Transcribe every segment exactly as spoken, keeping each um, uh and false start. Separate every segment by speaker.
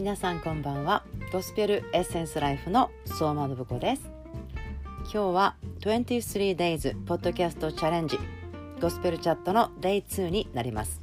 Speaker 1: 皆さんこんばんは。ゴスペルエッセンスライフの相馬信子です。今日はにじゅうさん days ポッドキャストチャレンジゴスペルチャットの デイツー になります。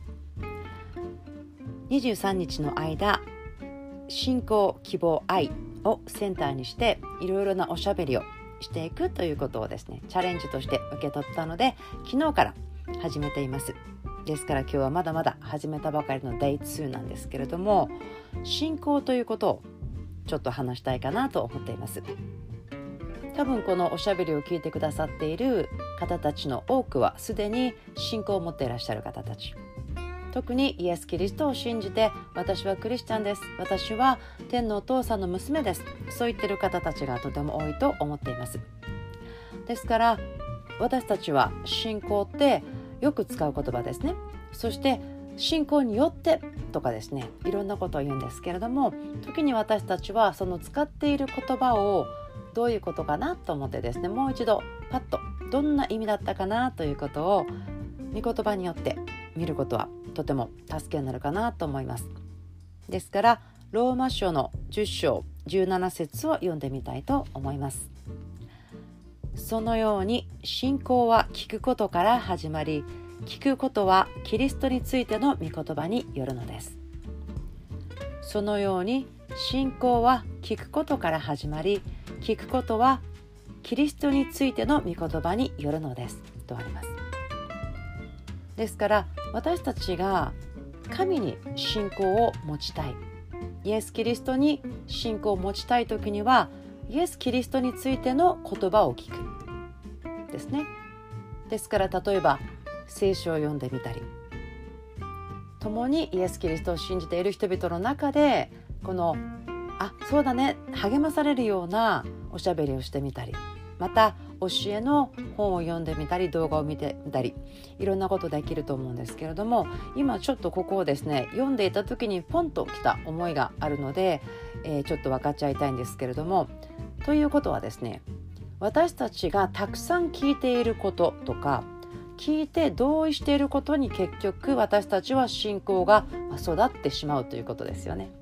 Speaker 1: にじゅうさんにちの間、信仰、希望、愛をセンターにしていろいろなおしゃべりをしていくということをですね、チャレンジとして受け取ったので、昨日から始めています。ですから今日はまだまだ始めたばかりの デイツー なんですけれども、信仰ということをちょっと話したいかなと思っています。多分このおしゃべりを聞いてくださっている方たちの多くはすでに信仰を持っていらっしゃる方たち、特にイエス・キリストを信じて、私はクリスチャンです、私は天のお父さんの娘です、そう言ってる方たちがとても多いと思っています。ですから私たちは信仰ってよく使う言葉ですね。そして信仰によってとかですね、いろんなことを言うんですけれども、時に私たちはその使っている言葉をどういうことかなと思ってですね、もう一度パッとどんな意味だったかなということを御言葉によって見ることはとても助けになるかなと思います。ですからローマ書のじゅっしょうじゅうななせつを読んでみたいと思います。そのように信仰は聞くことから始まり、聞くことはキリストについての御言葉によるのです。そのように信仰は聞くことから始まり、聞くことはキリストについての御言葉によるのですとあります。ですから私たちが神に信仰を持ちたい、イエス・キリストに信仰を持ちたいときには、イエス・キリストについての言葉を聞くですね。ですから例えば聖書を読んでみたり、共にイエス・キリストを信じている人々の中でこのあそうだね励まされるようなおしゃべりをしてみたり、また教えの本を読んでみたり、動画を見てみたり、いろんなことできると思うんですけれども、今ちょっとここをですね読んでいた時にポンときた思いがあるので、えー、ちょっと分かっちゃいたいんですけれども、ということはですね、私たちがたくさん聞いていることとか、聞いて同意していることに結局私たちは信仰が育ってしまうということですよね。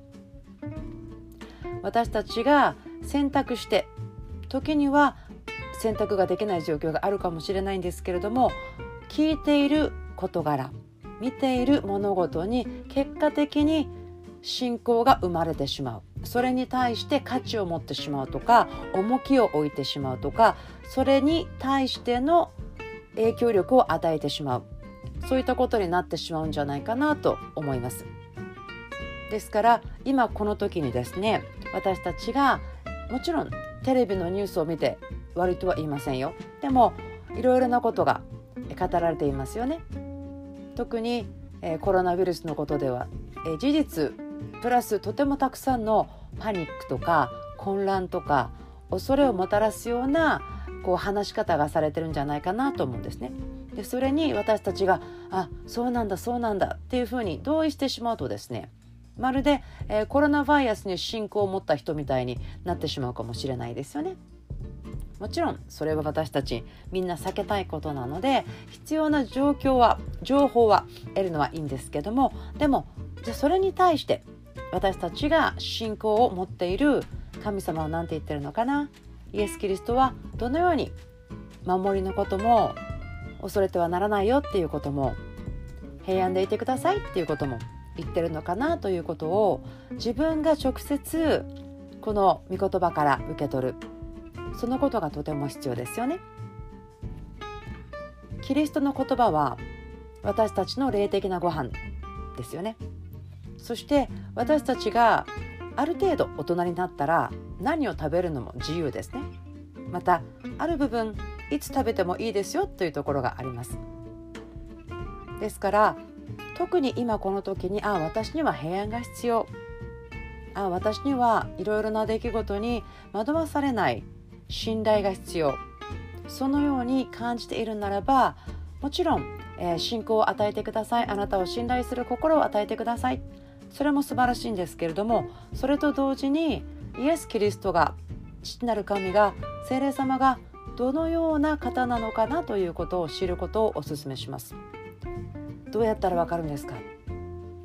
Speaker 1: 私たちが選択して、時には選択ができない状況があるかもしれないんですけれども、聞いている事柄、見ている物事に結果的に信仰が生まれてしまう、それに対して価値を持ってしまうとか、重きを置いてしまうとか、それに対しての影響力を与えてしまう、そういったことになってしまうんじゃないかなと思います。ですから今この時にですね、私たちがもちろんテレビのニュースを見て悪いとは言いませんよ。でもいろいろなことが語られていますよね。特に、えー、コロナウイルスのことでは、えー、事実プラスとてもたくさんのパニックとか混乱とか恐れをもたらすようなこう話し方がされてるんじゃないかなと思うんですね。でそれに私たちがあそうなんだそうなんだっていうふうに同意してしまうとですね、まるで、えー、コロナウイルスに信仰を持った人みたいになってしまうかもしれないですよね。もちろんそれは私たちみんな避けたいことなので、必要な状況は情報は得るのはいいんですけども、でもじゃあそれに対して私たちが信仰を持っている神様は何て言ってるのかな、イエス・キリストはどのように守りのことも恐れてはならないよっていうことも、平安でいてくださいっていうことも言ってるのかなということを、自分が直接この御言葉から受け取る、そのことがとても必要ですよね。キリストの言葉は私たちの霊的なご飯ですよね。そして私たちがある程度大人になったら何を食べるのも自由ですね。またある部分いつ食べてもいいですよというところがあります。ですから特に今この時に、あ私には平安が必要、あ私にはいろいろな出来事に惑わされない信頼が必要、そのように感じているならば、もちろん、えー、信仰を与えてください、あなたを信頼する心を与えてください、それも素晴らしいんですけれども、それと同時にイエス・キリストが、父なる神が、聖霊様がどのような方なのかなということを知ることをお勧めします。どうやったらわかるんですか？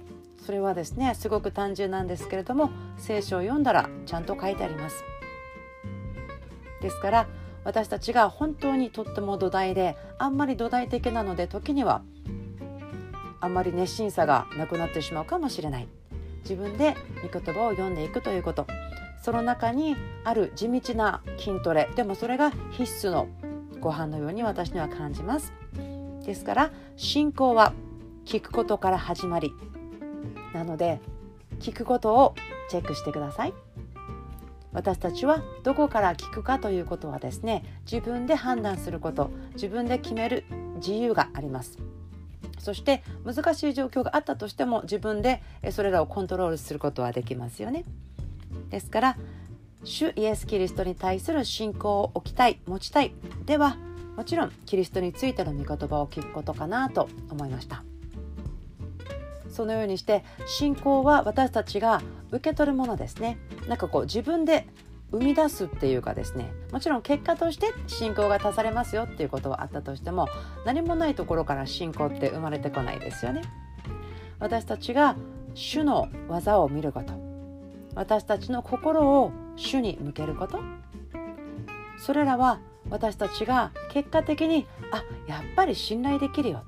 Speaker 1: それはですね、すごく単純なんですけれども、聖書を読んだらちゃんと書いてあります。ですから私たちが本当にとっても土台で、あんまり土台的なので、時にはあんまり熱心さがなくなってしまうかもしれない。自分で御言葉を読んでいくということ、その中にある地道な筋トレ、でもそれが必須のご飯のように私には感じます。ですから信仰は聞くことから始まりなので、聞くことをチェックしてください。私たちはどこから聞くかということはですね、自分で判断すること、自分で決める自由があります。そして難しい状況があったとしても、自分でそれらをコントロールすることはできますよね。ですから主イエス・キリストに対する信仰を置きたい、持ちたいでは、もちろんキリストについての御言葉を聞くことかなと思いました。そのようにして信仰は私たちが受け取るものですね。なんかこう自分で生み出すっていうかですね、もちろん結果として信仰が足されますよっていうことはあったとしても、何もないところから信仰って生まれてこないですよね。私たちが主の技を見ること、私たちの心を主に向けること、それらは私たちが結果的に、あ、やっぱり信頼できるよ、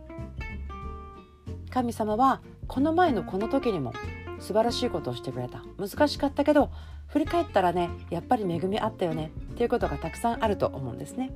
Speaker 1: 神様はこの前のこの時にも素晴らしいことをしてくれた、難しかったけど振り返ったらね、やっぱり恵みあったよねっていうことがたくさんあると思うんですね。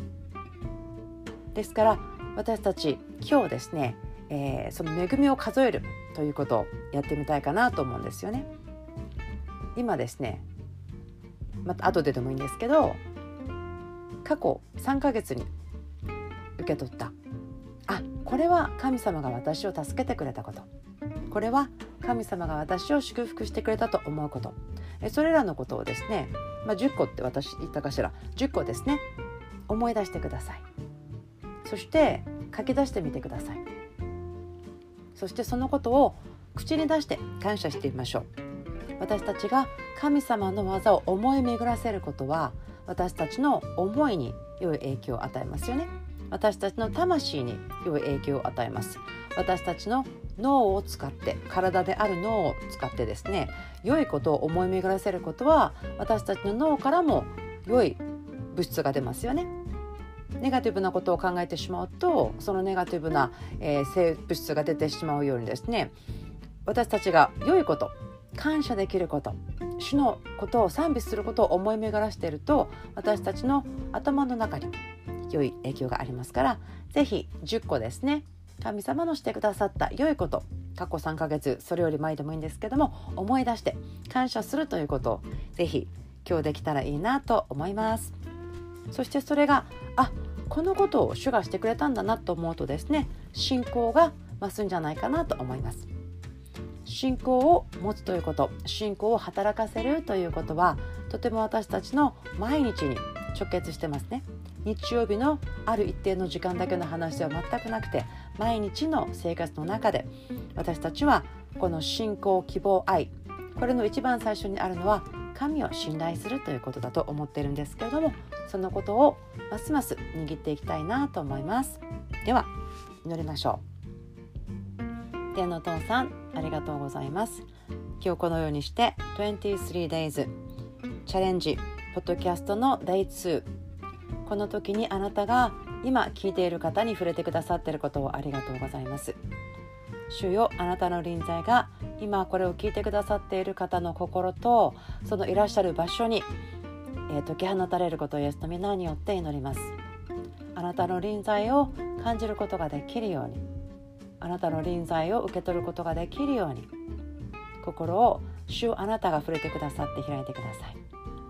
Speaker 1: ですから私たち今日ですね、えー、その恵みを数えるということをやってみたいかなと思うんですよね。今ですね、また後ででもいいんですけど、過去さんかげつに受け取った、あ、これは神様が私を助けてくれたこと、これは神様が私を祝福してくれたと思うこと、それらのことをですね、まあ、じゅっこって私言ったかしら、じゅっこですね、思い出してください。そして書き出してみてください。そしてそのことを口に出して感謝してみましょう。私たちが神様の技を思い巡らせることは、私たちの思いに良い影響を与えますよね。私たちの魂に良い影響を与えます。私たちの脳を使って、体である脳を使ってですね、良いことを思い巡らせることは、私たちの脳からも良い物質が出ますよね。ネガティブなことを考えてしまうと、そのネガティブな、えー、生物質が出てしまうようにですね、私たちが良いこと、感謝できること、主のことを賛美することを思い巡らしていると、私たちの頭の中に良い影響がありますから、ぜひじゅっこですね、神様のしてくださった良いこと、過去さんかげつ、それより前でもいいんですけども、思い出して感謝するということをぜひ今日できたらいいなと思います。そしてそれが、あ、このことを主がしてくれたんだなと思うとですね、信仰が増すんじゃないかなと思います。信仰を持つということ、信仰を働かせるということは、とても私たちの毎日に直結してますね。日曜日のある一定の時間だけの話では全くなくて、毎日の生活の中で私たちはこの信仰、希望、愛、これの一番最初にあるのは神を信頼するということだと思っているんですけれども、そのことをますます握っていきたいなと思います。では祈りましょう。天のお父さん、ありがとうございます。今日このようにしてにじゅうさん days チャレンジポッドキャストの デイツー、 この時にあなたが今聞いている方に触れてくださっていることをありがとうございます。主よ、あなたの臨在が今これを聞いてくださっている方の心と、そのいらっしゃる場所に、えー、解き放たれることをイエスの皆によって祈ります。あなたの臨在を感じることができるように、あなたの臨在を受け取ることができるように、心を主あなたが触れてくださって開いてください。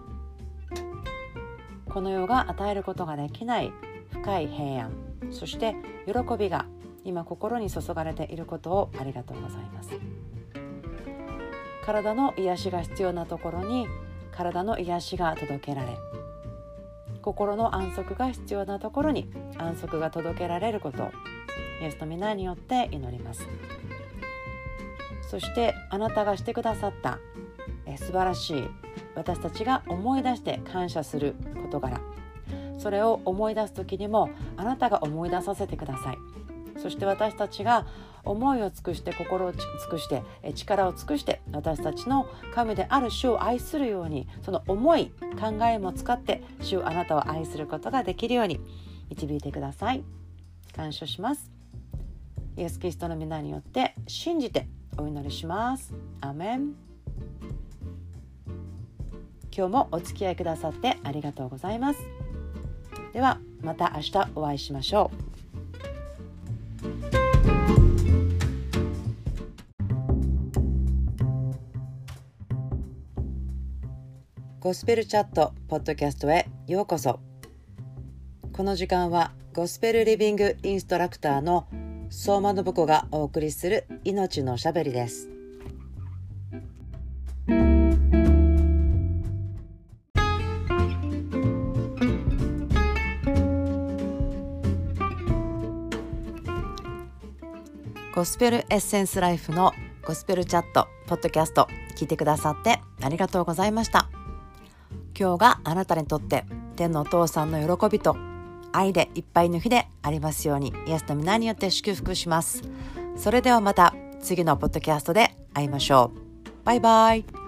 Speaker 1: この世が与えることができない深い平安、そして喜びが今心に注がれていることをありがとうございます。体の癒しが必要なところに体の癒しが届けられ、心の安息が必要なところに安息が届けられることをイエスの皆によって祈ります。そしてあなたがしてくださったえ素晴らしい、私たちが思い出して感謝する事柄、それを思い出す時にもあなたが思い出させてください。 そして私たちが思いを尽くして心を尽くして力を尽くして私たちの神である主を愛するように、その思い考えも使って主あなたを愛することができるように導いてください。感謝します。イエス・キリストの皆によって信じてお祈りします。アーメン。今日もお付き合いくださってありがとうございます。ではまた明日お会いしましょう。ゴスペルチャットポッドキャストへようこそ。この時間はゴスペルリビングインストラクターの相馬信子がお送りする命のしゃべりです。ゴスペルエッセンスライフのゴスペルチャットポッドキャスト聞いてくださってありがとうございました。今日があなたにとって天のお父さんの喜びと愛でいっぱいの日でありますように、イエスの皆によって祝福します。それではまた次のポッドキャストで会いましょう。バイバイ。